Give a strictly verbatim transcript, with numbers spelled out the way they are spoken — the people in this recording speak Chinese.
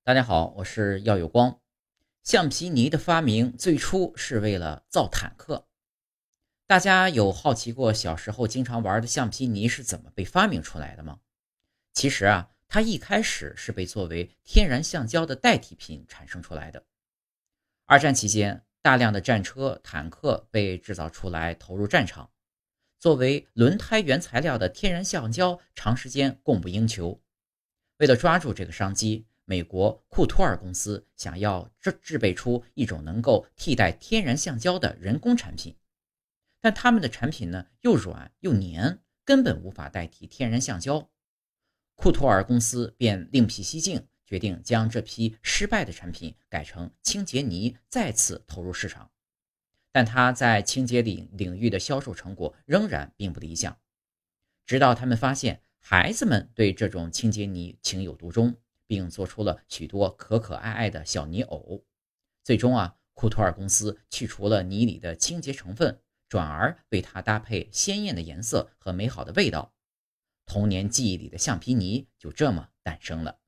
大家好，我是耀有光。橡皮泥的发明最初是为了造坦克。大家有好奇过小时候经常玩的橡皮泥是怎么被发明出来的吗？其实啊，它一开始是被作为天然橡胶的代替品产生出来的。二战期间，大量的战车、坦克被制造出来投入战场，作为轮胎原材料的天然橡胶长时间供不应求。为了抓住这个商机，美国库托尔公司想要制制备出一种能够替代天然橡胶的人工产品，但他们的产品呢又软又黏，根本无法代替天然橡胶。库托尔公司便另辟蹊径，决定将这批失败的产品改成清洁泥，再次投入市场。但它在清洁领领域的销售成果仍然并不理想，直到他们发现孩子们对这种清洁泥情有独钟，并做出了许多可可爱爱的小泥偶。最终啊，库托尔公司去除了泥里的清洁成分，转而为它搭配鲜艳的颜色和美好的味道。童年记忆里的橡皮泥就这么诞生了。